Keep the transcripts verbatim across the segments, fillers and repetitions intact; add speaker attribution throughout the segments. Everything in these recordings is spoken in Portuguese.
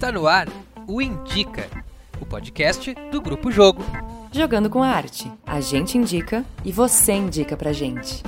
Speaker 1: Está no ar o Indica, o podcast do Grupo Jogo.
Speaker 2: Jogando com a arte. A gente indica e você indica pra gente.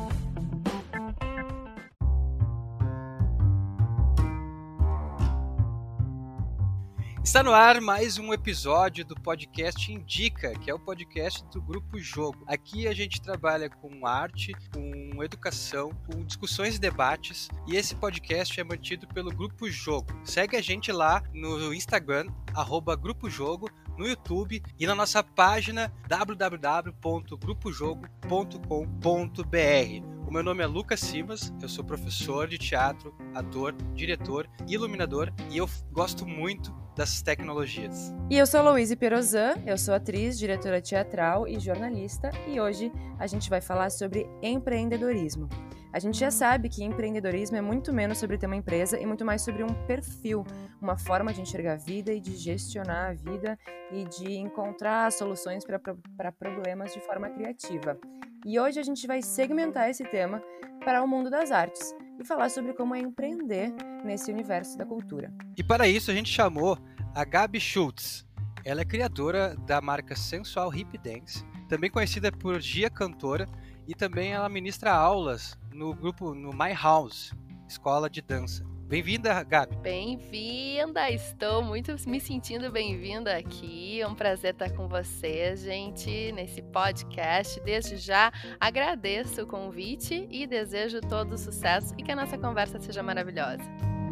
Speaker 1: Está no ar mais um episódio do podcast Indica, que é o podcast do Grupo Jogo. Aqui a gente trabalha com arte, com educação, com discussões e debates, e esse podcast é mantido pelo Grupo Jogo. Segue a gente lá no Instagram, arroba Grupo Jogo, no YouTube e na nossa página w w w ponto grupo jogo ponto com ponto b r. O meu nome é Lucas Simas, eu sou professor de teatro, ator, diretor e iluminador, e eu gosto muito dessas tecnologias.
Speaker 3: E eu sou Louise Perozan, eu sou atriz, diretora teatral e jornalista, e hoje a gente vai falar sobre empreendedorismo. A gente já sabe que empreendedorismo é muito menos sobre ter uma empresa e muito mais sobre um perfil, uma forma de enxergar a vida e de gestionar a vida e de encontrar soluções para problemas de forma criativa. E hoje a gente vai segmentar esse tema para o mundo das artes e falar sobre como é empreender nesse universo da cultura.
Speaker 1: E para isso a gente chamou a Gabi Schultz. Ela é criadora da marca Sensual Hip Dance, também conhecida por Gia Cantora, e também ela ministra aulas no grupo, no My House, escola de dança. Bem-vinda, Gabi.
Speaker 4: Bem-vinda, estou muito me sentindo bem-vinda aqui. É um prazer estar com vocês, gente, nesse podcast. Desde já agradeço o convite e desejo todo sucesso e que a nossa conversa seja maravilhosa.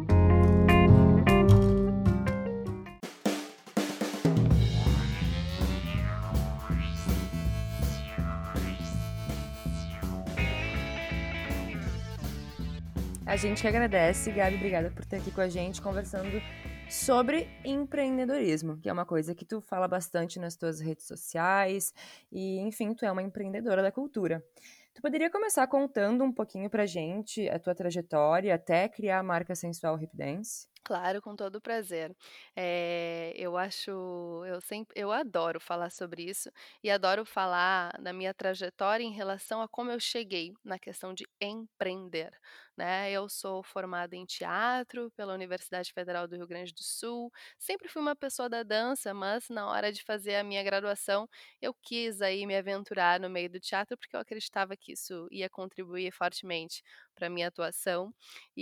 Speaker 3: A gente que agradece, Gabi, obrigada por estar aqui com a gente conversando sobre empreendedorismo, que é uma coisa que tu fala bastante nas tuas redes sociais e, enfim, tu é uma empreendedora da cultura. Tu poderia começar contando um pouquinho pra gente a tua trajetória até criar a marca Sensual Hip Dance?
Speaker 4: Claro, com todo prazer. Eh, eu acho, eu sempre, eu adoro falar sobre isso e adoro falar da minha trajetória em relação a como eu cheguei na questão de empreender, né? Eu sou formada em teatro pela Universidade Federal do Rio Grande do Sul. Sempre fui uma pessoa da dança, mas na hora de fazer a minha graduação, eu quis aí me aventurar no meio do teatro porque eu acreditava que isso ia contribuir fortemente para minha atuação.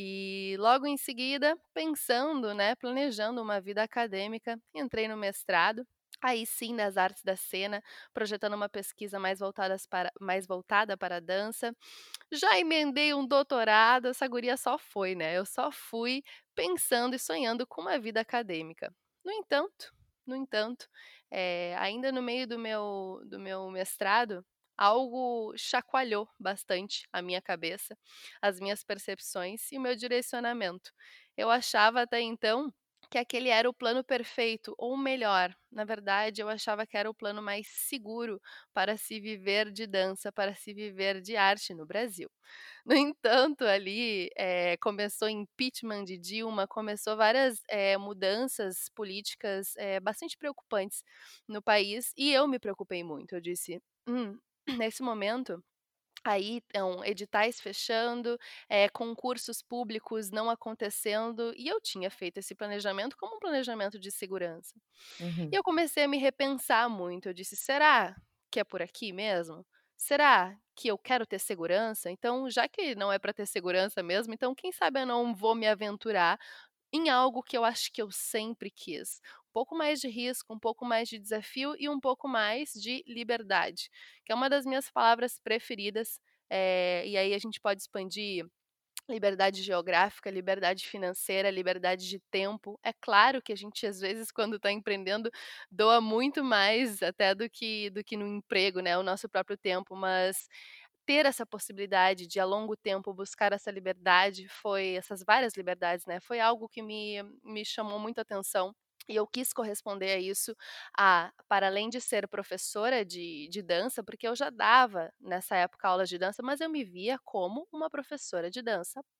Speaker 4: E logo em seguida, pensando, né, planejando uma vida acadêmica, entrei no mestrado, aí sim nas artes da cena, projetando uma pesquisa mais, voltadas para, mais voltada para a dança. Já emendei um doutorado, essa guria só foi, né? Eu só fui pensando e sonhando com uma vida acadêmica. No entanto, no entanto, eh, ainda no meio do meu, do meu mestrado, algo chacoalhou bastante a minha cabeça, as minhas percepções e o meu direcionamento. Eu achava até então que aquele era o plano perfeito, ou melhor, na verdade, eu achava que era o plano mais seguro para se viver de dança, para se viver de arte no Brasil. No entanto, ali eh, começou impeachment de Dilma, começou várias eh, mudanças políticas eh, bastante preocupantes no país e eu me preocupei muito. Eu disse, hum, nesse momento, aí então, editais fechando, eh, concursos públicos não acontecendo, e eu tinha feito esse planejamento como um planejamento de segurança. E
Speaker 3: Uhum.
Speaker 4: eu comecei a me repensar muito, eu disse: "Será que é por aqui mesmo? Será que eu quero ter segurança? Então, já que não é para ter segurança mesmo, então quem sabe eu não vou me aventurar em algo que eu acho que eu sempre quis. Um pouco mais de risco, um pouco mais de desafio e um pouco mais de liberdade", que é uma das minhas palavras preferidas, eh, e aí a gente pode expandir liberdade geográfica, liberdade financeira, liberdade de tempo. É claro que a gente, às vezes, quando está empreendendo, doa muito mais até do que do que no emprego, né, o nosso próprio tempo, mas ter essa possibilidade de, a longo tempo, buscar essa liberdade foi essas várias liberdades, né, foi algo que me me chamou muito a atenção. E eu quis corresponder a isso, a para além de ser professora de de dança, porque eu já dava, nessa época, aulas de dança, mas eu me via como uma professora de dança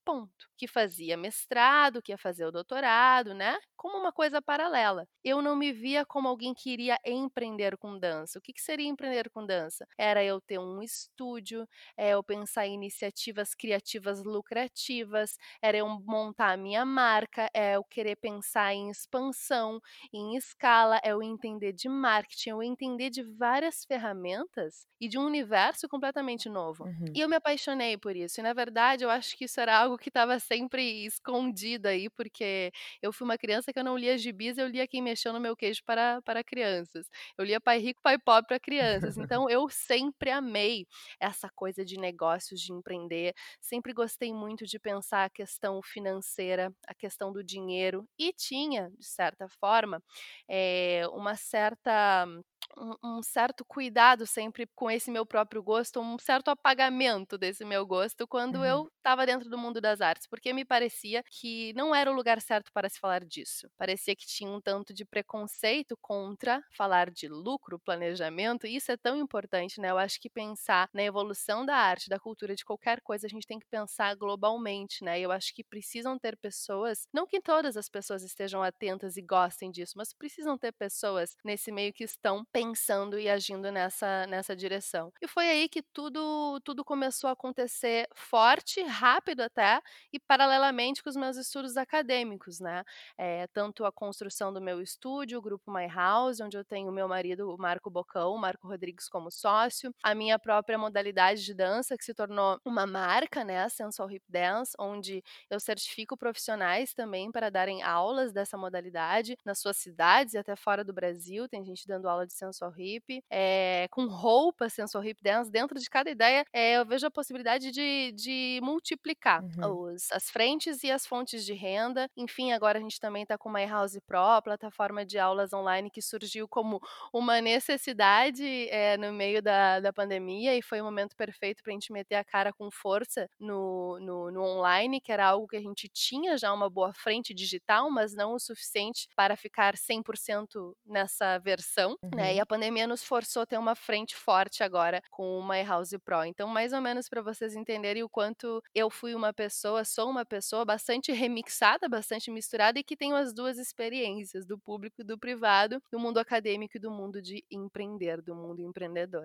Speaker 4: ponto, que fazia mestrado, que ia fazer o doutorado, né, como uma coisa paralela. Eu não me via como alguém que iria empreender com dança. O que que seria empreender com dança? Era eu ter um estúdio, é eu pensar em iniciativas criativas lucrativas, era eu montar a minha marca, é eu querer pensar em expansão, em escala, é eu entender de marketing, eu entender de várias ferramentas e de um universo completamente novo.
Speaker 3: Uhum.
Speaker 4: E eu me apaixonei por isso. E, na verdade, eu acho que isso era algo que estava sempre escondido aí, porque eu fui uma criança que eu não lia gibis, eu lia Quem Mexeu no Meu Queijo para, para crianças. Eu lia Pai Rico, Pai Pobre para crianças. Então, eu sempre amei essa coisa de negócios, de empreender. Sempre gostei muito de pensar a questão financeira, a questão do dinheiro. E tinha, de certa forma, eh, uma certa um um certo cuidado sempre com esse meu próprio gosto, um certo apagamento desse meu gosto quando
Speaker 3: Uhum.
Speaker 4: eu estava dentro do mundo das artes, porque me parecia que não era o lugar certo para se falar disso. Parecia que tinha um tanto de preconceito contra falar de lucro, planejamento, e isso é tão importante, né? Eu acho que pensar na evolução da arte, da cultura, de qualquer coisa, a gente tem que pensar globalmente, né? Eu acho que precisam ter pessoas, não que todas as pessoas estejam atentas e gostem disso, mas precisam ter pessoas nesse meio que estão pensando e agindo nessa nessa direção. E foi aí que tudo tudo começou a acontecer forte, rápido até, e paralelamente com os meus estudos acadêmicos, né. Eh, tanto a construção do meu estúdio, o grupo My House, onde eu tenho o meu marido, o Marco Bocão, o Marco Rodrigues como sócio, a minha própria modalidade de dança que se tornou uma marca, né, a Sensual Hip Dance, onde eu certifico profissionais também para darem aulas dessa modalidade nas suas cidades e até fora do Brasil, tem gente dando aula de sensual hip, eh, com roupa sensual hip dance, dentro de cada ideia, eh, eu vejo a possibilidade de de multiplicar
Speaker 3: Uhum.
Speaker 4: os as frentes e as fontes de renda. Enfim, agora a gente também está com My House Pro, a plataforma de aulas online que surgiu como uma necessidade, eh, no meio da da pandemia e foi o momento perfeito para a gente meter a cara com força no no no online, que era algo que a gente tinha já uma boa frente digital, mas não o suficiente para ficar cem por cento nessa versão, né, e
Speaker 3: Uhum.
Speaker 4: a pandemia nos forçou a ter uma frente forte agora com o My House Pro. Então, mais ou menos para vocês entenderem o quanto eu fui uma pessoa, sou uma pessoa bastante remixada, bastante misturada e que tenho as duas experiências, do público e do privado, do mundo acadêmico e do mundo de empreender, do mundo empreendedor.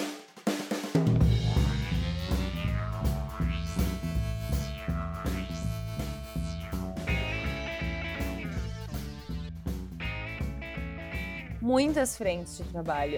Speaker 3: Muitas frentes de trabalho.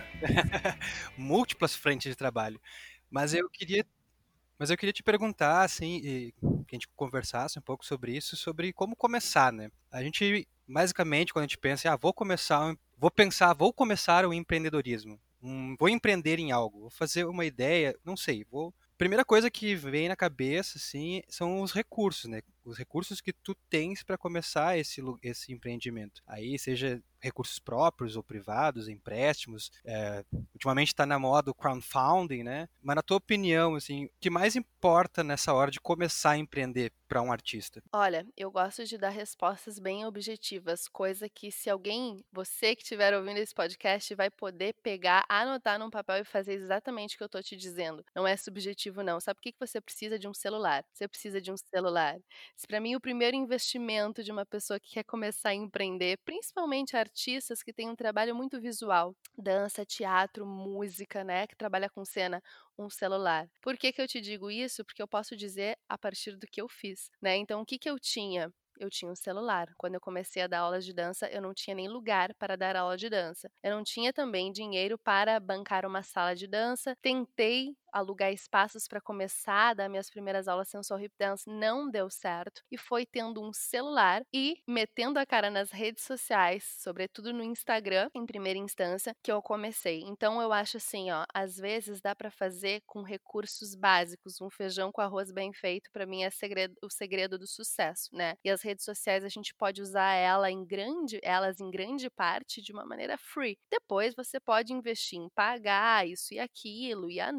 Speaker 1: Múltiplas frentes de trabalho. Mas eu queria mas eu queria te perguntar, assim, e que a gente conversasse um pouco sobre isso, sobre como começar, né. A gente, basicamente, quando a gente pensa: "Ah, vou começar um vou pensar vou começar o empreendedorismo, hum, vou empreender em algo, vou fazer uma ideia, não sei, vou". Primeira coisa que vem na cabeça, assim, são os recursos, né, os recursos que tu tens para começar esse lu esse empreendimento. Aí, seja recursos próprios ou privados, empréstimos, eh, ultimamente está na moda o crowdfunding, né. Mas na tua opinião, assim, o que mais importa nessa hora de começar a empreender para um artista?
Speaker 4: Olha, eu gosto de dar respostas bem objetivas, coisa que se alguém, você que estiver ouvindo esse podcast, vai poder pegar, anotar num papel e fazer exatamente o que eu tô te dizendo. Não é subjetivo, não. Sabe por que que você precisa de um celular? Você precisa de um celular. Se para mim o primeiro investimento de uma pessoa que quer começar a empreender, principalmente artistas que têm um trabalho muito visual, dança, teatro, música, né, que trabalha com cena, um celular. Por que que eu te digo isso? Porque eu posso dizer a partir do que eu fiz, né. Então o que que eu tinha? Eu tinha um celular. Quando eu comecei a dar aulas de dança, eu não tinha nem lugar para dar aula de dança. Eu não tinha também dinheiro para bancar uma sala de dança. Tentei alugar espaços para começar a dar minhas primeiras aulas sensual hip dance, não deu certo. E foi tendo um celular e metendo a cara nas redes sociais, sobretudo no Instagram, em primeira instância, que eu comecei. Então eu acho assim, ó, às vezes dá para fazer com recursos básicos, um feijão com arroz bem feito, para mim é segredo, o segredo do sucesso, né? E as redes sociais a gente pode usar ela em grande, elas em grande parte de uma maneira free. Depois você pode investir em pagar isso e aquilo e anúncios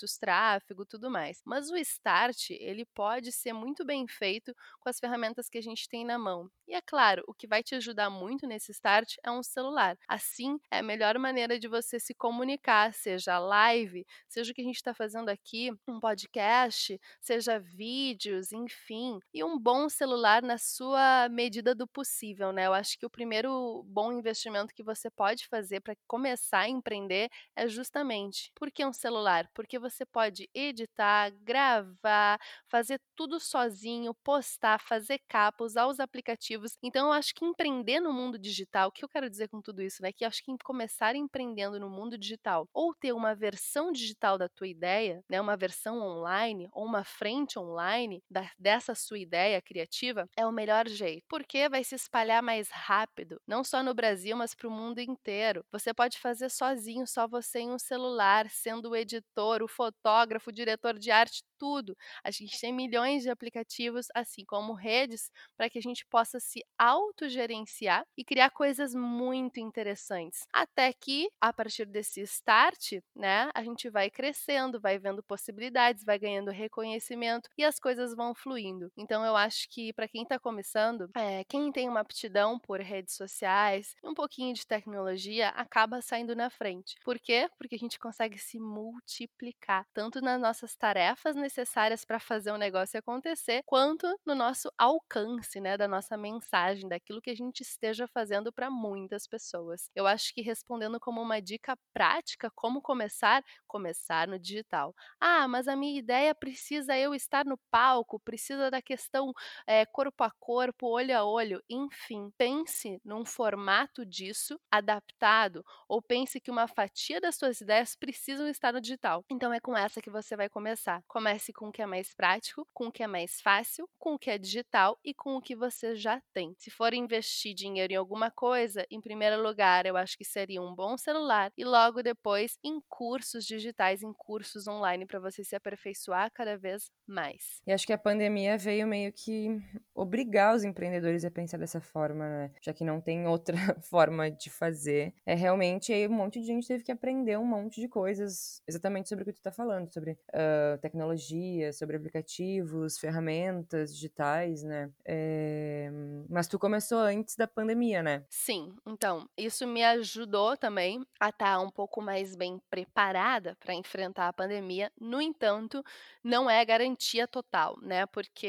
Speaker 4: anúncios, tráfego, tudo mais. Mas o start, ele pode ser muito bem feito com as ferramentas que a gente tem na mão. E é claro, o que vai te ajudar muito nesse start é um celular. Assim, é a melhor maneira de você se comunicar, seja live, seja o que a gente está fazendo aqui, um podcast, seja vídeos, enfim. E um bom celular na sua medida do possível, né? Eu acho que o primeiro bom investimento que você pode fazer para começar a empreender é justamente por que um celular? Porque você pode editar, gravar, fazer tudo sozinho, postar, fazer capa, usar os aplicativos. Então, eu acho que empreender no mundo digital, o que eu quero dizer com tudo isso, né? Que eu acho que começar empreendendo no mundo digital ou ter uma versão digital da tua ideia, né? Uma versão online ou uma frente online da- dessa sua ideia criativa é o melhor jeito. Porque vai se espalhar mais rápido, não só no Brasil, mas para o mundo inteiro. Você pode fazer sozinho, só você em um celular, sendo o editor, o fotógrafo, o diretor de arte, tudo. A gente tem milhões de aplicativos, assim como redes, para que a gente possa se autogerenciar e criar coisas muito interessantes. Até que, a partir desse start, né, a gente vai crescendo, vai vendo possibilidades, vai ganhando reconhecimento e as coisas vão fluindo. Então, eu acho que para quem está começando, é, quem tem uma aptidão por redes sociais, um pouquinho de tecnologia, acaba saindo na frente. Por quê? Porque a gente consegue se multiplicar, tanto nas nossas tarefas necessárias para fazer o negócio acontecer, quanto no nosso alcance, né, da nossa mensagem, daquilo que a gente esteja fazendo para muitas pessoas. Eu acho que respondendo como uma dica prática, como começar, começar no digital. Ah, mas a minha ideia precisa eu estar no palco, precisa da questão é, corpo a corpo, olho a olho, enfim, pense num formato disso adaptado ou pense que uma fatia das suas ideias precisam estar no digital. Então é com essa que você vai começar. Comece com o que é mais prático, com o que é mais fácil, com o que é digital e com o que você já tem. Se for investir dinheiro em alguma coisa, em primeiro lugar, eu acho que seria um bom celular e logo depois em cursos digitais, em cursos online para você se aperfeiçoar cada vez mais.
Speaker 3: E acho que a pandemia veio meio que obrigar os empreendedores a pensar dessa forma, né? Já que não tem outra forma de fazer. É realmente aí um monte de gente teve que aprender um monte de coisas exatamente sobre o que tu tá falando, sobre uh, tecnologia, sobre aplicativos, ferramentas digitais, né? É... Mas tu começou antes da pandemia, né?
Speaker 4: Sim, então, isso me ajudou também a estar um pouco mais bem preparada para enfrentar a pandemia. No entanto, não é garantia total, né?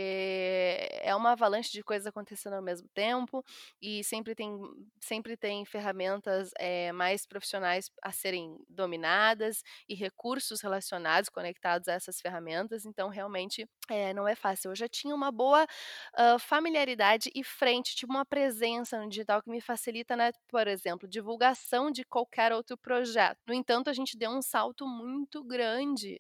Speaker 4: Porque é uma avalanche de coisas acontecendo ao mesmo tempo e sempre tem, sempre tem ferramentas eh, mais profissionais a serem dominadas e recursos relacionados, conectados a essas ferramentas. Então, realmente, eh, não é fácil. Eu já tinha uma boa hã, familiaridade e frente, tipo uma presença no digital que me facilita, né, por exemplo, divulgação de qualquer outro projeto. No entanto, a gente deu um salto muito grande,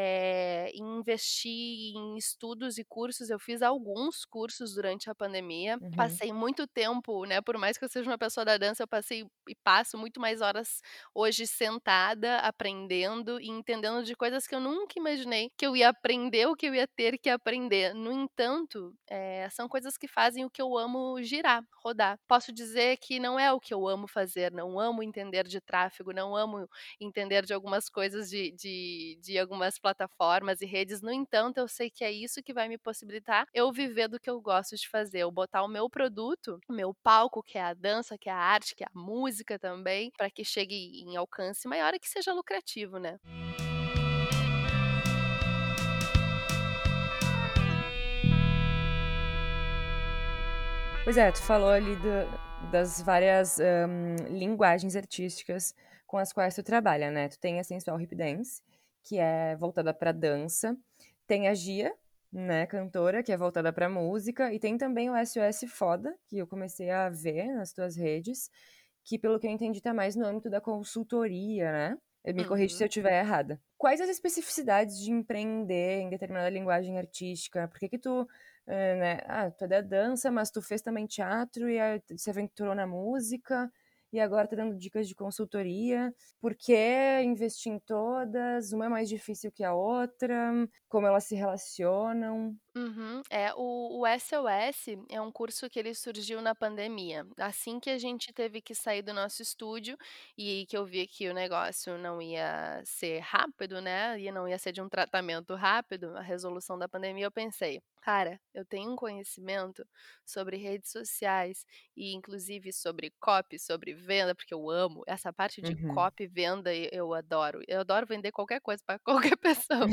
Speaker 4: eh, em investir em estudos e cursos. Eu fiz alguns cursos durante a pandemia,
Speaker 3: Uhum.
Speaker 4: passei muito tempo, né, por mais que eu seja uma pessoa da dança, eu passei e passo muito mais horas hoje sentada, aprendendo e entendendo de coisas que eu nunca imaginei que eu ia aprender ou que eu ia ter que aprender. No entanto, eh, são coisas que fazem o que eu amo girar, rodar. Posso dizer que não é o que eu amo fazer, não amo entender de tráfego, não amo entender de algumas coisas de de de algumas plataformas e redes. No entanto, eu sei que é isso que vai me possibilitar eu viver do que eu gosto de fazer, eu botar o meu produto, o meu palco, que é a dança, que é a arte, que é a música também, para que chegue em alcance maior e que seja lucrativo, né.
Speaker 3: Pois é, tu falou ali do- das várias ahn, linguagens artísticas com as quais tu trabalha, né? Tu tem a Sensual Hip Dance, que é voltada pra dança, tem a Gia, né, cantora, que é voltada pra música, e tem também o S O S Foda, que eu comecei a ver nas tuas redes, que pelo que eu entendi tá mais no âmbito da consultoria, né? Me corrige se eu
Speaker 4: Uhum.
Speaker 3: estiver errada. Quais as especificidades de empreender em determinada linguagem artística? Por que que tu é, né? Ah, tu é da dança, mas tu fez também teatro e aí tu se aventurou na música e agora tá dando dicas de consultoria. Por que investir em todas? Uma é mais difícil que a outra? Como elas se relacionam?
Speaker 4: Uhum. É, o o S O S é um curso que ele surgiu na pandemia. Assim que a gente teve que sair do nosso estúdio e que eu vi que o negócio não ia ser rápido, né, e não ia ser de um tratamento rápido, a resolução da pandemia, eu pensei: "Cara, eu tenho um conhecimento sobre redes sociais e inclusive sobre copy, sobre venda", porque eu amo essa parte de
Speaker 3: Uhum.
Speaker 4: copy, venda, e eu adoro. Eu adoro vender qualquer coisa para qualquer pessoa.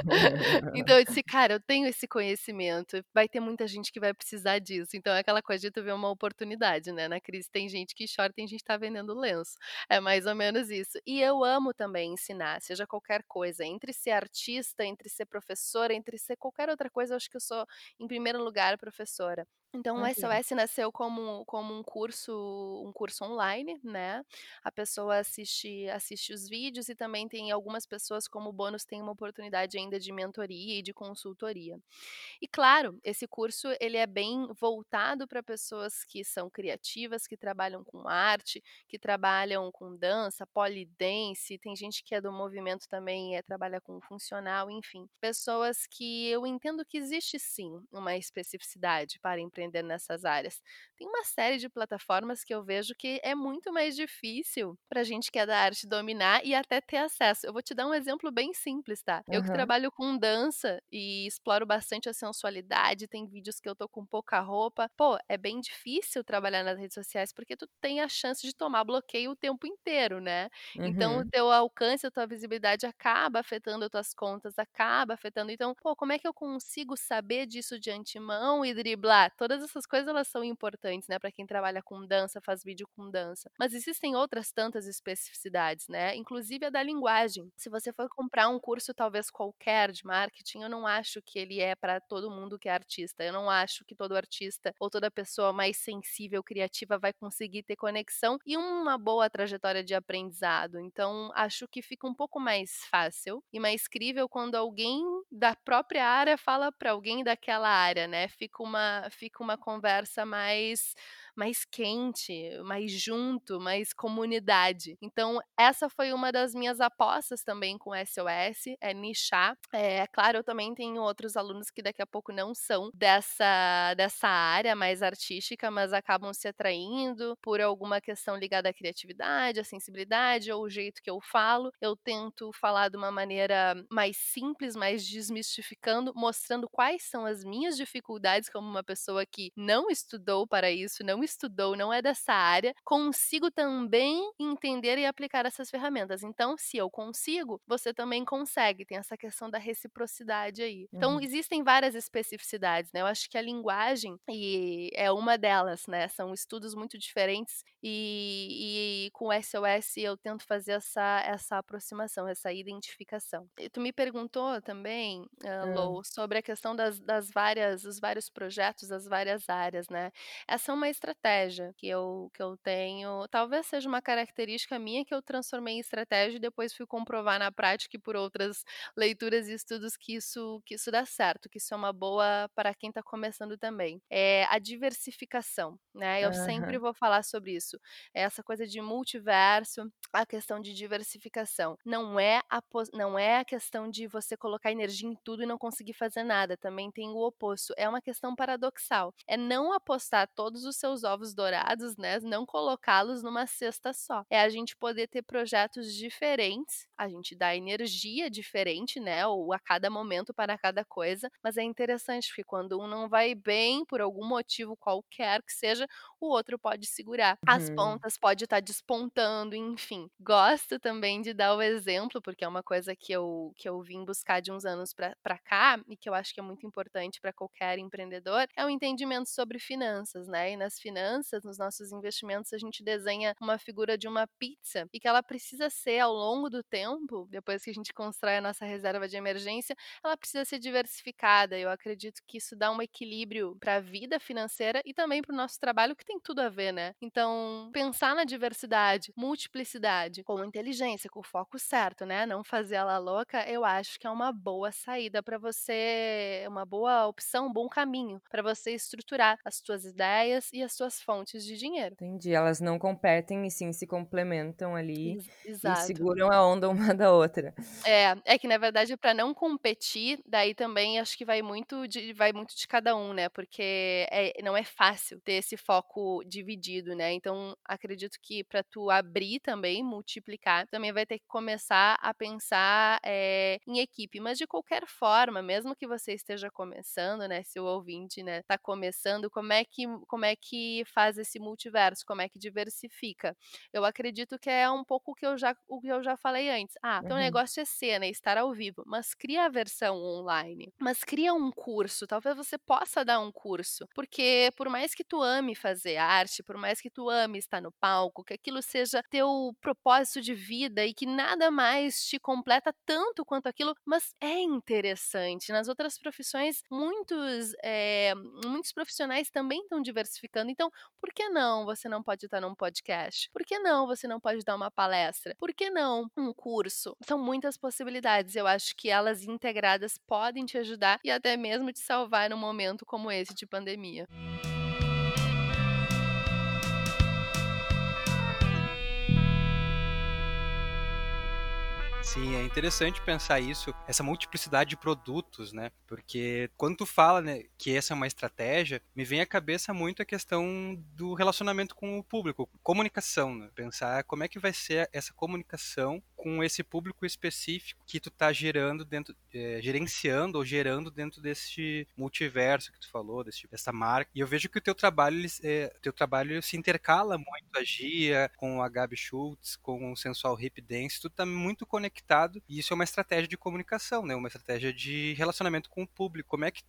Speaker 4: Então eu disse: "Cara, eu tenho esse conhecimento, vai ter muita gente que vai precisar disso". Então é aquela coisa de tu ver uma oportunidade, né, na crise tem gente que chora, tem gente que tá vendendo lenço. É mais ou menos isso. E eu amo também ensinar, seja qualquer coisa, entre ser artista, entre ser professora, entre ser qualquer outra coisa, eu acho que eu sou, em primeiro lugar, professora. Então o
Speaker 3: Ah, que legal.
Speaker 4: S O S nasceu como como um curso um curso online, né, a pessoa assiste assiste os vídeos e também tem algumas pessoas como bônus tem uma oportunidade ainda de mentoria e de consultoria. E claro, esse curso ele é bem voltado para pessoas que são criativas, que trabalham com arte, que trabalham com dança, polidense, tem gente que é do movimento também, eh, trabalha com funcional, enfim, pessoas que eu entendo que existe sim uma especificidade para empreender nessas áreas. Tem uma série de plataformas que eu vejo que é muito mais difícil pra gente que é da arte dominar e até ter acesso. Eu vou te dar um exemplo bem simples, tá? Eu que
Speaker 3: Aham.
Speaker 4: trabalho com dança e exploro bastante a sensualidade, tem vídeos que eu tô com pouca roupa. Pô, é bem difícil trabalhar nas redes sociais porque tu tem a chance de tomar bloqueio o tempo inteiro, né? Então o
Speaker 3: Uhum.
Speaker 4: teu alcance, a tua visibilidade acaba afetando as tuas contas, acaba afetando. Então, pô, como é que eu consigo saber disso de antemão e driblar? Todas essas coisas elas são importantes, né, para quem trabalha com dança, faz vídeo com dança. Mas existem outras tantas especificidades, né, inclusive a da linguagem. Se você for comprar um curso talvez qualquer de marketing, eu não acho que ele é para todo mundo que é artista. Eu não acho que todo artista ou toda pessoa mais sensível, criativa vai conseguir ter conexão e uma boa trajetória de aprendizado. Então, acho que fica um pouco mais fácil e mais crível quando alguém da própria área fala para alguém daquela área, né, fica uma fica uma conversa mais mais quente, mais junto, mais comunidade. Então, essa foi uma das minhas apostas também com o S O S, é nichar. É claro, eu também tenho outros alunos que daqui a pouco não são dessa dessa área mais artística, mas acabam se atraindo por alguma questão ligada à criatividade, à sensibilidade ou o jeito que eu falo. Eu tento falar de uma maneira mais simples, mais desmistificando, mostrando quais são as minhas dificuldades como uma pessoa que não estudou para isso, não estudou, não é dessa área, consigo também entender e aplicar essas ferramentas. Então, se eu consigo, você também consegue. Tem essa questão da reciprocidade aí. Então,
Speaker 3: Uhum.
Speaker 4: existem várias especificidades, né? Eu acho que a linguagem e é uma delas, né? São estudos muito diferentes e, e com o S O S eu tento fazer essa, essa aproximação, essa identificação. E tu me perguntou também, ah,
Speaker 3: Hã.
Speaker 4: Lou, sobre a questão das, das várias, dos vários projetos, das várias áreas, né? Essa é uma estratégia que eu que eu tenho, talvez seja uma característica minha que eu transformei em estratégia e depois fui comprovar na prática e por outras leituras e estudos que isso que isso dá certo, que isso é uma boa para quem está começando também. É a diversificação, né, eu sempre
Speaker 3: Aham.
Speaker 4: vou falar sobre isso. Essa coisa de multiverso, a questão de diversificação. Não é a pos não é a questão de você colocar energia em tudo e não conseguir fazer nada, também tem o oposto, é uma questão paradoxal. É não apostar todos os seus ovos dourados, né, não colocá-los numa cesta só. É a gente poder ter projetos diferentes, a gente dá energia diferente, né, ou a cada momento para cada coisa, mas é interessante porque quando um não vai bem, por algum motivo qualquer que seja, o outro pode segurar. As
Speaker 3: Uhum.
Speaker 4: pontas pode estar despontando, enfim. Gosto também de dar o exemplo, porque é uma coisa que eu que eu vim buscar de uns anos pra pra cá, e que eu acho que é muito importante para qualquer empreendedor, é o entendimento sobre finanças, né, e nas finanças, nos nossos investimentos, a gente desenha uma figura de uma pizza, e que ela precisa ser ao longo do tempo, depois que a gente constrói a nossa reserva de emergência, ela precisa ser diversificada. Eu acredito que isso dá um equilíbrio para a vida financeira e também para o nosso trabalho, que tem tudo a ver, né. Então, pensar na diversidade, multiplicidade, com inteligência, com o foco certo, né, não fazer ela louca, eu acho que é uma boa saída para você uma boa opção, um bom caminho para você estruturar as tuas ideias e as tuas fontes de dinheiro.
Speaker 3: Entendi, elas não competem e sim se complementam ali
Speaker 4: Ex
Speaker 3: e
Speaker 4: exato.
Speaker 3: seguram a onda uma da outra.
Speaker 4: É, é que na verdade para não competir, daí também acho que vai muito de vai muito de cada um, né, porque é não é fácil ter esse foco dividido, né, então acredito que para tu abrir também, multiplicar, também vai ter que começar a pensar, eh, em equipe, mas de qualquer forma, mesmo que você esteja começando, né, se o ouvinte, né, tá começando, como é que como é que faz esse multiverso, como é que diversifica? Eu acredito que é um pouco o que eu já o que eu já falei antes. Ah, teu
Speaker 3: Uhum.
Speaker 4: negócio é ser, né, estar ao vivo, mas cria a versão online, mas cria um curso, talvez você possa dar um curso, porque por mais que tu ame fazer arte, por mais que tu ame estar no palco, que aquilo seja teu propósito de vida e que nada mais te completa tanto quanto aquilo, mas é interessante. Nas outras profissões, muitos, eh, muitos profissionais também estão diversificando, então por que não você não pode estar num podcast? Por que não você não pode dar uma palestra? Por que não um curso? São muitas possibilidades, eu acho que elas integradas podem te ajudar e até mesmo te salvar num momento como esse de pandemia.
Speaker 1: Sim, é interessante pensar isso, essa multiplicidade de produtos, né? Porque quando tu fala, né, que essa é uma estratégia, me vem à cabeça muito a questão do relacionamento com o público, comunicação, né? Pensar como é que vai ser essa comunicação com esse público específico que tu tá gerando dentro, é, gerenciando ou gerando dentro desse multiverso que tu falou, desse, dessa marca. E eu vejo que o teu trabalho, ele, é, teu trabalho se intercala muito a Gia, com a Gabi Schultz, com o Sensual Hip Dance, tu tá muito conectado conectado, e isso é uma estratégia de comunicação, né? Uma estratégia de relacionamento com o público. Como é que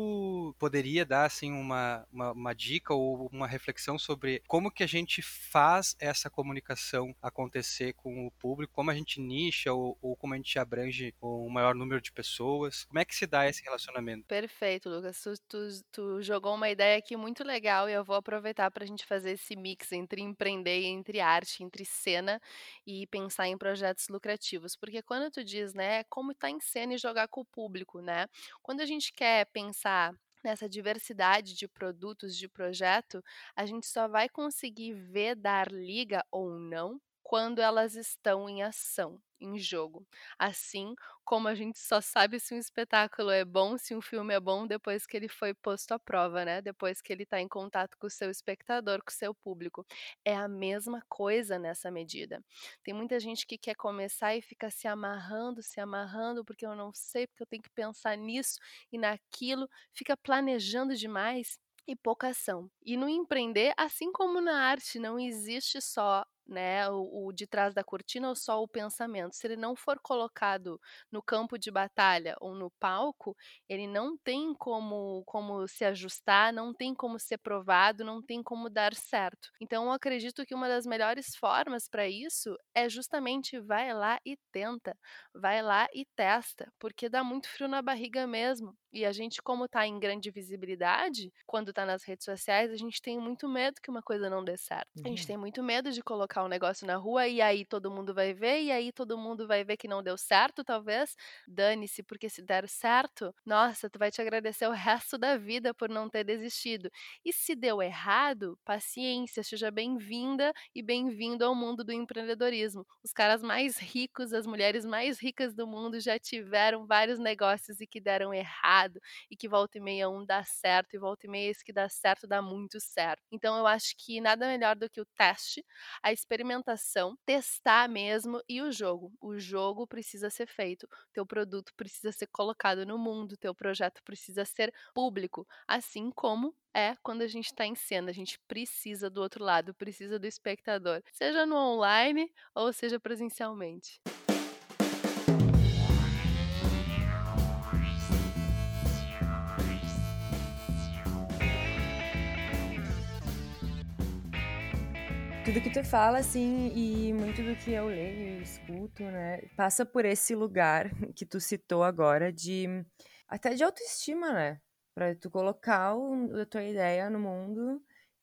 Speaker 1: tu poderia dar assim uma, uma, uma dica ou uma reflexão sobre como que a gente faz essa comunicação acontecer com o público, como a gente nicha ou, ou como a gente abrange o maior número de pessoas? Como é que se dá esse relacionamento?
Speaker 4: Perfeito, Lucas. Tu, tu, tu jogou uma ideia aqui muito legal e eu vou aproveitar para a gente fazer esse mix entre empreender e entre arte, entre cena e pensar em projetos lucrativos. Porque quando tu diz, né, como estar em cena e jogar com o público, né? Quando a gente quer pensar nessa diversidade de produtos, de projeto, a gente só vai conseguir ver dar liga ou não quando elas estão em ação, em jogo. Assim como a gente só sabe se um espetáculo é bom, se um filme é bom, depois que ele foi posto à prova, né, depois que ele está em contato com o seu espectador, com o seu público. É a mesma coisa nessa medida. Tem muita gente que quer começar e fica se amarrando, se amarrando, porque eu não sei, porque eu tenho que pensar nisso e naquilo, fica planejando demais e pouca ação. E no empreender, assim como na arte, não existe só, né, o o de trás da cortina ou só o pensamento. Se ele não for colocado no campo de batalha ou no palco, ele não tem como como se ajustar, não tem como ser provado, não tem como dar certo. Então eu acredito que uma das melhores formas para isso é justamente vai lá e tenta, vai lá e testa, porque dá muito frio na barriga mesmo. E a gente, como tá em grande visibilidade, quando tá nas redes sociais, a gente tem muito medo que uma coisa não dê certo. A gente
Speaker 3: Uhum.
Speaker 4: tem muito medo de colocar um negócio na rua e aí todo mundo vai ver, e aí todo mundo vai ver que não deu certo, talvez. Dane-se, porque se der certo, nossa, tu vai te agradecer o resto da vida por não ter desistido. E se deu errado, paciência, seja bem-vinda e bem-vindo ao mundo do empreendedorismo. Os caras mais ricos, as mulheres mais ricas do mundo já tiveram vários negócios e que deram errado e que volta e meia um dá certo e volta e meia esse que dá certo dá muito certo. Então eu acho que nada melhor do que o teste, a experimentação, testar mesmo e o jogo. O jogo precisa ser feito, teu produto precisa ser colocado no mundo, teu projeto precisa ser público, assim como é quando a gente está em cena, a gente precisa do outro lado, precisa do espectador, seja no online ou seja presencialmente.
Speaker 3: Tudo que tu fala, assim, e muito do que eu leio e escuto, né, passa por esse lugar que tu citou agora de até de autoestima, né? Pra tu colocar o, a tua ideia no mundo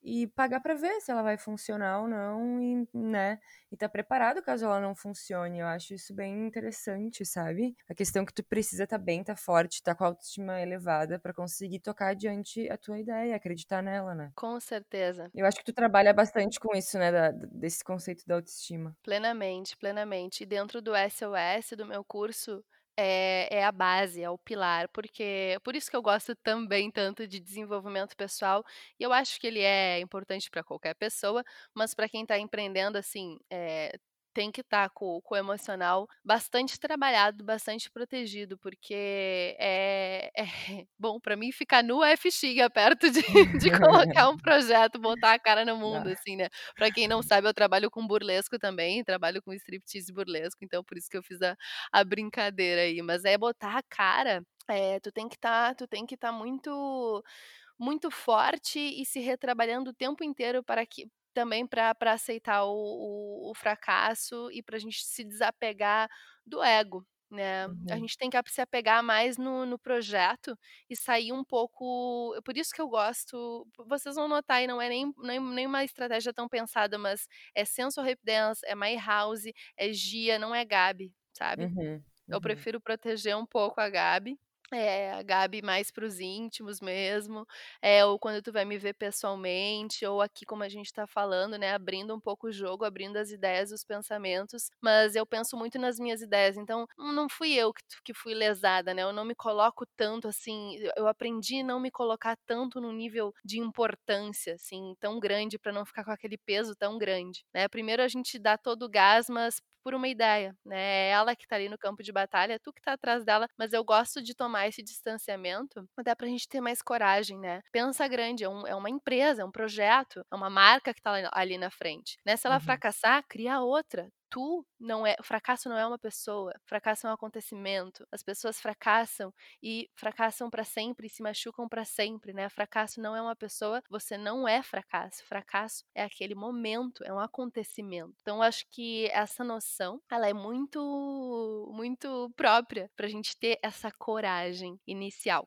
Speaker 3: e pagar para ver se ela vai funcionar ou não, e, né, e tá preparado caso ela não funcione. Eu acho isso bem interessante, sabe? A questão que tu precisa tá bem, tá forte, tá com a autoestima elevada para conseguir tocar adiante a tua ideia, acreditar nela, né?
Speaker 4: Com certeza.
Speaker 3: Eu acho que tu trabalha bastante com isso, né, da- desse conceito da autoestima.
Speaker 4: Plenamente, plenamente. E dentro do S O S, do meu curso, é é a base, é o pilar, porque por isso que eu gosto também tanto de desenvolvimento pessoal, e eu acho que ele é importante para qualquer pessoa, mas para quem está empreendendo, assim, eh, tem que estar com com o emocional bastante trabalhado, bastante protegido, porque é é bom, para mim ficar nua é fichinha perto de de colocar um projeto, botar a cara no mundo,
Speaker 3: Ah,
Speaker 4: assim, né. Pra quem não sabe, eu trabalho com burlesco também, trabalho com striptease burlesco, então por isso que eu fiz a a brincadeira aí, mas é botar a cara, eh, tu tem que estar tu tem que estar muito muito forte e se retrabalhando o tempo inteiro para que também para pra aceitar o o o fracasso e pra gente se desapegar do ego, né. A
Speaker 3: uhum,
Speaker 4: gente tem que a se apegar mais no no projeto e sair um pouco por isso que eu gosto vocês vão notar e não é nem nem nem uma estratégia tão pensada, mas é Senso Rap Dance, é My House, é Gia, não é Gabi, sabe.
Speaker 3: uhum,
Speaker 4: Eu
Speaker 3: uhum,
Speaker 4: prefiro proteger um pouco a Gabi. É, a Gabi mais para os íntimos mesmo, é ou quando tu vai me ver pessoalmente, ou aqui como a gente tá falando, né, abrindo um pouco o jogo, abrindo as ideias, os pensamentos, mas eu penso muito nas minhas ideias, então não fui eu que que fui lesada, né, eu não me coloco tanto assim, eu eu aprendi não me colocar tanto no nível de importância, assim, tão grande para não ficar com aquele peso tão grande, né. Primeiro a gente dá todo o gás, mas por uma ideia, né, é ela que tá ali no campo de batalha, é tu que tá atrás dela, mas eu gosto de tomar esse distanciamento, até pra gente ter mais coragem, né. Pensa grande, é um é uma empresa, é um projeto, é uma marca que tá ali ali na frente, né, se ela
Speaker 3: uhum.
Speaker 4: fracassar, cria outra. Tu não é o fracasso não é uma pessoa, fracasso é um acontecimento. As pessoas fracassam e fracassam pra sempre e se machucam pra sempre, né. Fracasso não é uma pessoa, você não é fracasso, fracasso é aquele momento, é um acontecimento. Então eu acho que essa noção, ela é muito muito própria pra gente ter essa coragem inicial.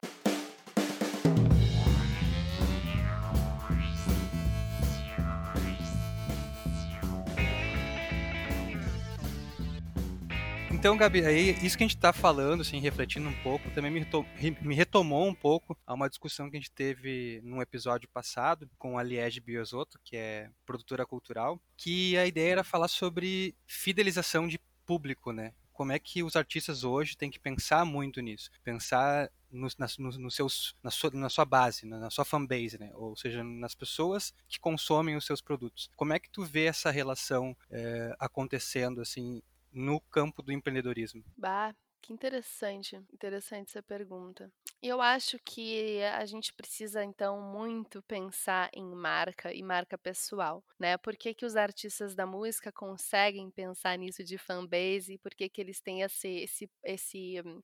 Speaker 1: Então, Gabi, aí isso que a gente tá falando, assim, refletindo um pouco, também me, reto- re- me retomou um pouco a uma discussão que a gente teve num episódio passado com a Liege Biosotto, que é produtora cultural, que a ideia era falar sobre fidelização de público, né? Como é que os artistas hoje têm que pensar muito nisso, pensar nos, nas, nos, nos seus, na, sua, na sua base, na, na sua fanbase, né? Ou seja, nas pessoas que consomem os seus produtos. Como é que tu vê essa relação eh, acontecendo, assim, no campo do empreendedorismo?
Speaker 4: Bah, que interessante, interessante essa pergunta. Eu acho que a gente precisa então muito pensar em marca e marca pessoal, né? Por que que os artistas da música conseguem pensar nisso de fanbase e por que que eles têm esse esse esse hum,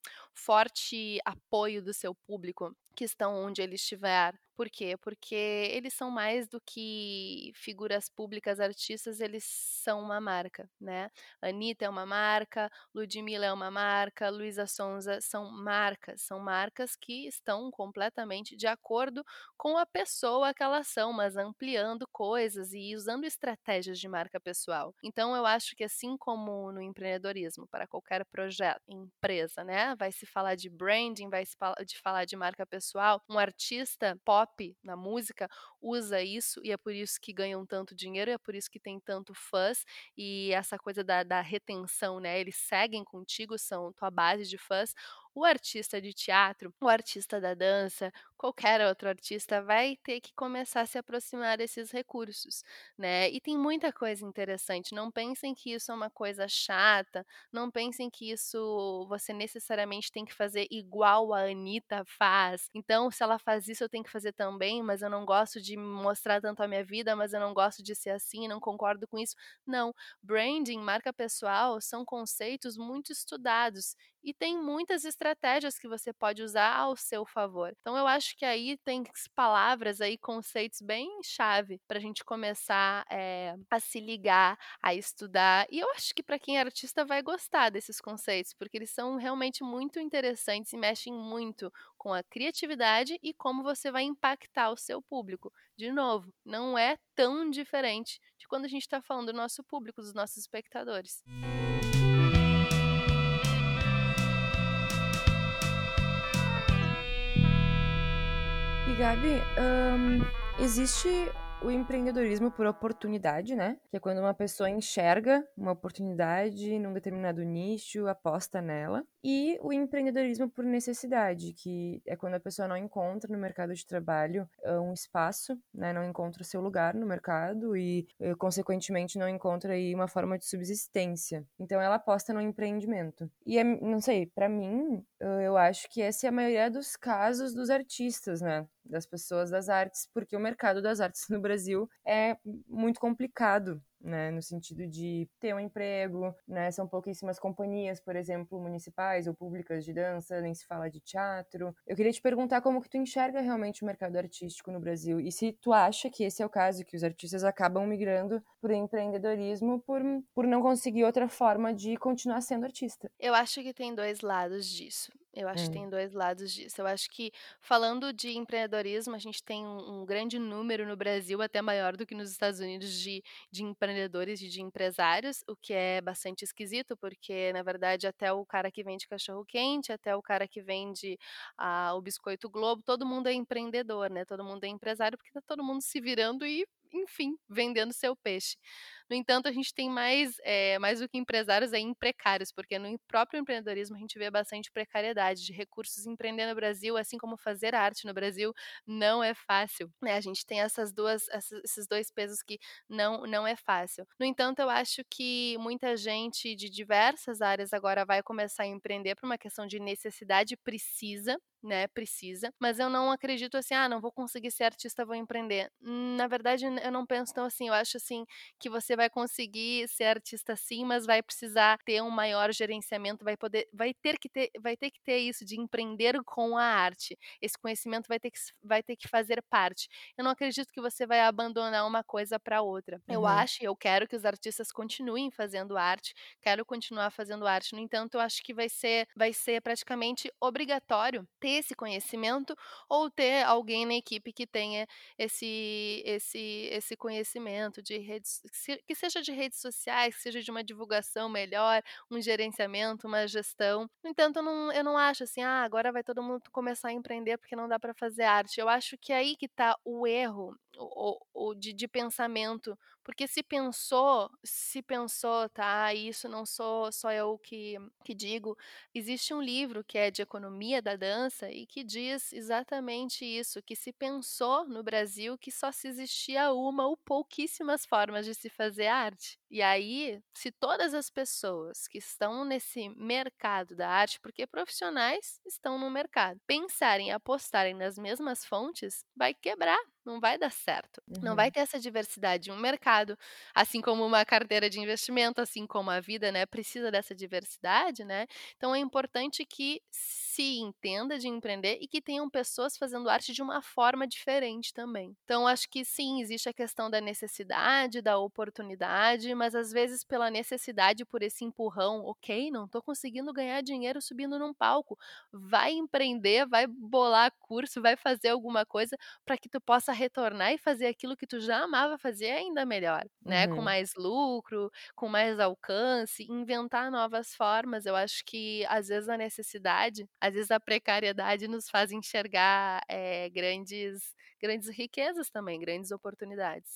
Speaker 4: forte apoio do seu público que estão onde ele estiver? Por quê? Porque eles são mais do que figuras públicas, artistas, eles são uma marca, né? Anitta é uma marca, Ludmilla é uma marca, Luísa Sonza são marcas, são marcas que estão completamente de acordo com a pessoa que elas são, mas ampliando coisas e usando estratégias de marca pessoal. Então eu acho que assim como no empreendedorismo, para qualquer projeto, empresa, né, vai se falar de branding, vai se fala de falar de marca pessoal, um artista pop na música usa isso e é por isso que ganham tanto dinheiro, é por isso que tem tanto fãs e essa coisa da da retenção, né, eles seguem contigo, são tua base de fãs. O artista de teatro, o artista da dança, qualquer outro artista vai ter que começar a se aproximar desses recursos, né. E tem muita coisa interessante, não pensem que isso é uma coisa chata, não pensem que isso você necessariamente tem que fazer igual a Anitta faz, então se ela faz isso eu tenho que fazer também, mas eu não gosto de mostrar tanto a minha vida, mas eu não gosto de ser assim, não concordo com isso. Não, branding, marca pessoal, são conceitos muito estudados E tem muitas estratégias que você pode usar ao seu favor. Então eu acho que aí tem palavras aí, conceitos bem chave para a gente começar é, a se ligar, a estudar. E eu acho que para quem é artista vai gostar desses conceitos, porque eles são realmente muito interessantes e mexem muito com a criatividade e como você vai impactar o seu público. De novo, não é tão diferente de quando a gente está falando do nosso público, dos nossos espectadores.
Speaker 3: E Gabi, hum, existe o empreendedorismo por oportunidade, né? Que é quando uma pessoa enxerga uma oportunidade num determinado nicho, aposta nela. E o empreendedorismo por necessidade, que é quando a pessoa não encontra no mercado de trabalho um espaço, né? Não encontra o seu lugar no mercado e, consequentemente, não encontra aí uma forma de subsistência. Então, ela aposta no empreendimento. E, é, não sei, para mim, eu acho que essa é a maioria dos casos dos artistas, né? Das pessoas das artes, porque o mercado das artes no Brasil é muito complicado, né, no sentido de ter um emprego, né, são pouquíssimas companhias, por exemplo, municipais ou públicas de dança, nem se fala de teatro. Eu queria te perguntar como que tu enxerga realmente o mercado artístico no Brasil e se tu acha que esse é o caso, que os artistas acabam migrando para o empreendedorismo por, por não conseguir outra forma de continuar sendo artista.
Speaker 4: Eu acho que tem dois lados disso. Eu acho hum. que tem dois lados disso. Eu acho que, falando de empreendedorismo, a gente tem um, um grande número no Brasil, até maior do que nos Estados Unidos, de, de empreendedores e de empresários, o que é bastante esquisito, porque, na verdade, até o cara que vende cachorro-quente, até o cara que vende ah, o Biscoito Globo, todo mundo é empreendedor, né? Todo mundo é empresário, porque tá todo mundo se virando e, enfim, vendendo seu peixe. No entanto, a gente tem mais, é, mais do que empresários, aí precários, porque no próprio empreendedorismo a gente vê bastante precariedade de recursos. Empreender no Brasil, assim como fazer arte no Brasil, não é fácil, né? A gente tem essas duas, esses dois pesos que não, não é fácil. No entanto, eu acho que muita gente de diversas áreas agora vai começar a empreender por uma questão de necessidade, precisa, né, precisa, mas eu não acredito assim, ah, não vou conseguir ser artista, vou empreender. Na verdade, eu não penso tão assim, eu acho assim, que você vai conseguir ser artista sim, mas vai precisar ter um maior gerenciamento, vai poder, vai ter que ter, vai ter que ter isso de empreender com a arte. Esse conhecimento vai ter que, vai ter que fazer parte. Eu não acredito que você vai abandonar uma coisa para outra. Uhum. Eu acho, eu quero que os artistas continuem fazendo arte, quero continuar fazendo arte. No entanto, eu acho que vai ser, vai ser praticamente obrigatório ter esse conhecimento ou ter alguém na equipe que tenha esse, esse, esse conhecimento de redes, que seja de redes sociais, que seja de uma divulgação melhor, um gerenciamento, uma gestão. No entanto, eu não, eu não acho assim, ah, agora vai todo mundo começar a empreender porque não dá para fazer arte. Eu acho que é aí que está o erro o, o, de, de pensamento, porque se pensou, se pensou, tá, isso não sou só eu que, que digo, existe um livro que é de economia da dança e que diz exatamente isso, que se pensou no Brasil que só se existia uma ou pouquíssimas formas de se fazer arte. E aí, se todas as pessoas que estão nesse mercado da arte, porque profissionais estão no mercado, pensarem e apostarem nas mesmas fontes, vai quebrar. Não vai dar certo. Uhum. Não vai ter essa diversidade. Um mercado, assim como uma carteira de investimento, assim como a vida, né, precisa dessa diversidade, né? Então é importante que se entenda de empreender e que tenham pessoas fazendo arte de uma forma diferente também. Então acho que sim, existe a questão da necessidade, da oportunidade, mas às vezes pela necessidade, por esse empurrão, ok, não estou conseguindo ganhar dinheiro subindo num palco. Vai empreender, vai bolar curso, vai fazer alguma coisa para que tu possa retornar e fazer aquilo que tu já amava fazer ainda melhor, né? Uhum. Com mais lucro, com mais alcance, inventar novas formas. Eu acho que às vezes a necessidade, às vezes a precariedade nos faz enxergar é, grandes, grandes riquezas também, grandes oportunidades.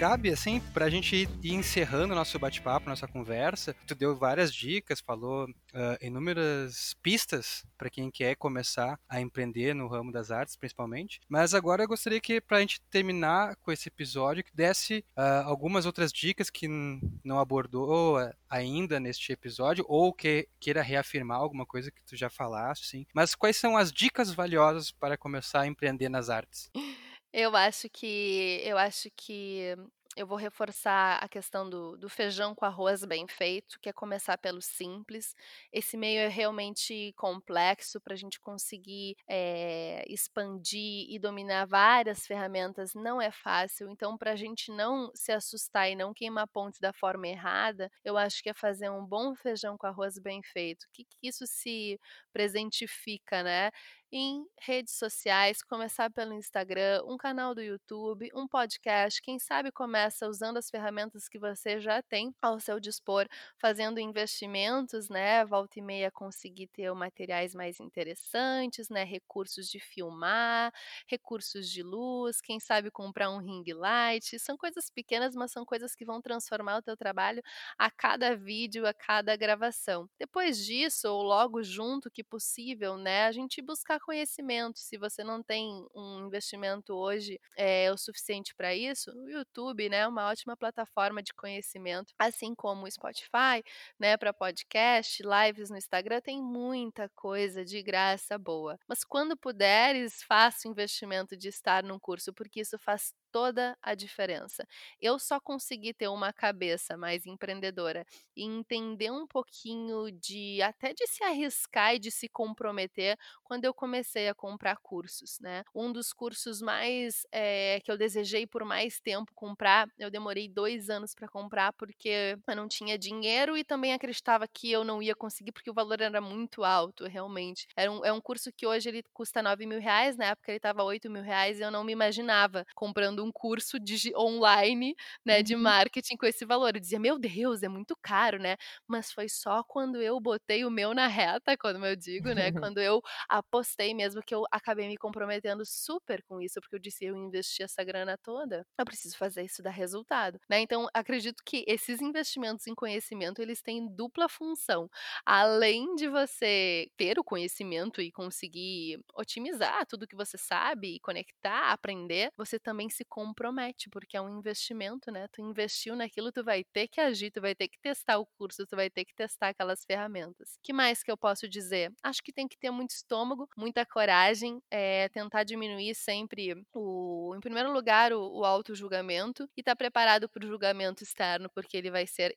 Speaker 1: Gabi, assim, pra gente ir encerrando nosso bate-papo, nossa conversa, tu deu várias dicas, falou uh, inúmeras pistas para quem quer começar a empreender no ramo das artes, principalmente. Mas agora eu gostaria que, pra gente terminar com esse episódio, que desse uh, algumas outras dicas que n- não abordou uh, ainda neste episódio, ou que queira reafirmar alguma coisa que tu já falaste, assim. Mas quais são as dicas valiosas para começar a empreender nas artes?
Speaker 4: Eu acho que eu acho que eu vou reforçar a questão do do feijão com arroz bem feito, que é começar pelo simples. Esse meio é realmente complexo para a gente conseguir, eh, expandir e dominar várias ferramentas não é fácil, então para a gente não se assustar e não queimar pontes da forma errada, eu acho que é fazer um bom feijão com arroz bem feito. O que que isso se presentifica, né? Em redes sociais, começar pelo Instagram, um canal do YouTube, um podcast, quem sabe começa usando as ferramentas que você já tem ao seu dispor, fazendo investimentos, né, volta e meia conseguir ter materiais mais interessantes, né, recursos de filmar, recursos de luz, quem sabe comprar um ring light, são coisas pequenas, mas são coisas que vão transformar o teu trabalho a cada vídeo, a cada gravação. Depois disso, ou logo junto que possível, né, a gente buscar conhecimento. Se você não tem um investimento hoje é, o suficiente para isso, o YouTube, né, é uma ótima plataforma de conhecimento, assim como o Spotify, né, para podcast, lives no Instagram, tem muita coisa de graça boa. Mas quando puderes, faça o investimento de estar num curso, porque isso faz toda a diferença. Eu só consegui ter uma cabeça mais empreendedora e entender um pouquinho de até de se arriscar e de se comprometer quando eu comecei a comprar cursos, né. Um dos cursos mais, eh, que eu desejei por mais tempo comprar, eu demorei dois anos para comprar, porque eu não tinha dinheiro e também acreditava que eu não ia conseguir, porque o valor era muito alto, realmente. Era um é um curso que hoje ele custa nove mil reais, na época ele estava oito mil reais e eu não me imaginava comprando um curso digi online, né, de
Speaker 3: Uhum.
Speaker 4: marketing com esse valor. Eu dizia: "Meu Deus, é muito caro, né". Mas foi só quando eu botei o meu na reta, como eu digo, né, quando eu apostei mesmo, que eu acabei me comprometendo super com isso, porque eu disse: "Eu investi essa grana toda, eu preciso fazer isso dar resultado", né. Então acredito que esses investimentos em conhecimento, eles têm dupla função. Além de você ter o conhecimento e conseguir otimizar tudo que você sabe e conectar, aprender, você também se compromete, porque é um investimento, né. Tu investiu naquilo, tu vai ter que agir, tu vai ter que testar o curso, tu vai ter que testar aquelas ferramentas. Que mais que eu posso dizer? Acho que tem que ter muito estômago, muita coragem, eh, tentar diminuir sempre o em primeiro lugar, o o autojulgamento e estar preparado para o julgamento externo, porque ele vai ser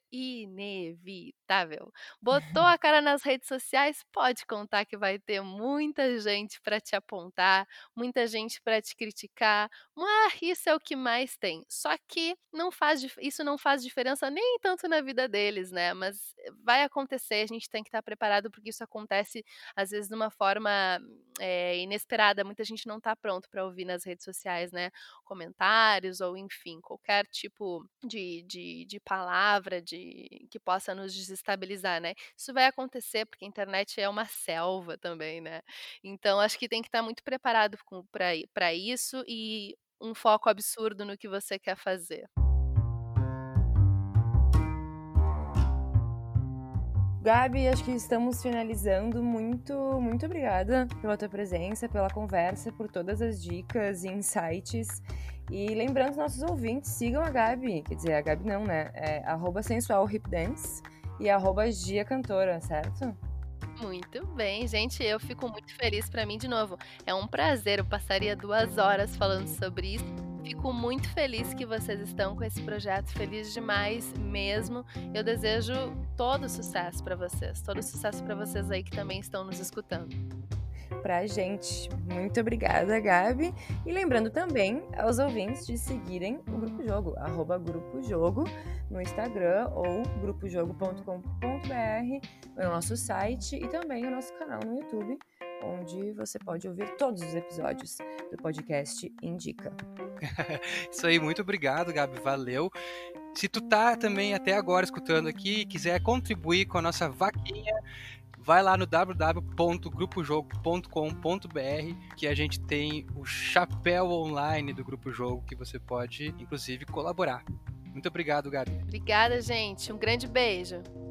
Speaker 4: inevitável. Botou a cara nas redes sociais, pode contar que vai ter muita gente para te apontar, muita gente para te criticar, mas isso é o que mais tem. Só que não faz dif isso não faz diferença nem tanto na vida deles, né, mas vai acontecer, a gente tem que estar preparado, porque isso acontece, às vezes, de uma forma, eh, inesperada, muita gente não está pronto para ouvir nas redes sociais, né, comentários ou enfim, qualquer tipo de de de palavra de que possa nos desestabilizar, né. Isso vai acontecer, porque a internet é uma selva também, né. Então acho que tem que estar muito preparado para pra isso e um foco absurdo no que você quer fazer.
Speaker 3: Gabi, acho que estamos finalizando. Muito, muito obrigada pela tua presença, pela conversa, por todas as dicas e insights. E lembrando os nossos ouvintes, sigam a Gabi, quer dizer, a Gabi não, né? É arroba sensualhipdance e arroba Gia Cantora, certo?
Speaker 4: Muito bem, gente, eu fico muito feliz. Para mim, de novo, é um prazer, eu passaria duas horas falando sobre isso. Fico muito feliz que vocês estão com esse projeto, feliz demais mesmo. Eu desejo todo sucesso para vocês, todo sucesso para vocês aí que também estão nos escutando.
Speaker 3: Pra gente. Muito obrigada, Gabi. E lembrando também aos ouvintes de seguirem o Grupo Jogo, arroba Grupo Jogo no Instagram ou grupo jogo ponto com ponto b r, no nosso site e também o nosso canal no YouTube, onde você pode ouvir todos os episódios do podcast Indica.
Speaker 1: Isso aí, muito obrigado, Gabi, valeu. Se tu tá também até agora escutando aqui e quiser contribuir com a nossa vaquinha, vai lá no w w w ponto grupo jogo ponto com ponto b r que a gente tem o chapéu online do Grupo Jogo que você pode, inclusive, colaborar. Muito obrigado, Gabi.
Speaker 4: Obrigada, gente. Um grande beijo.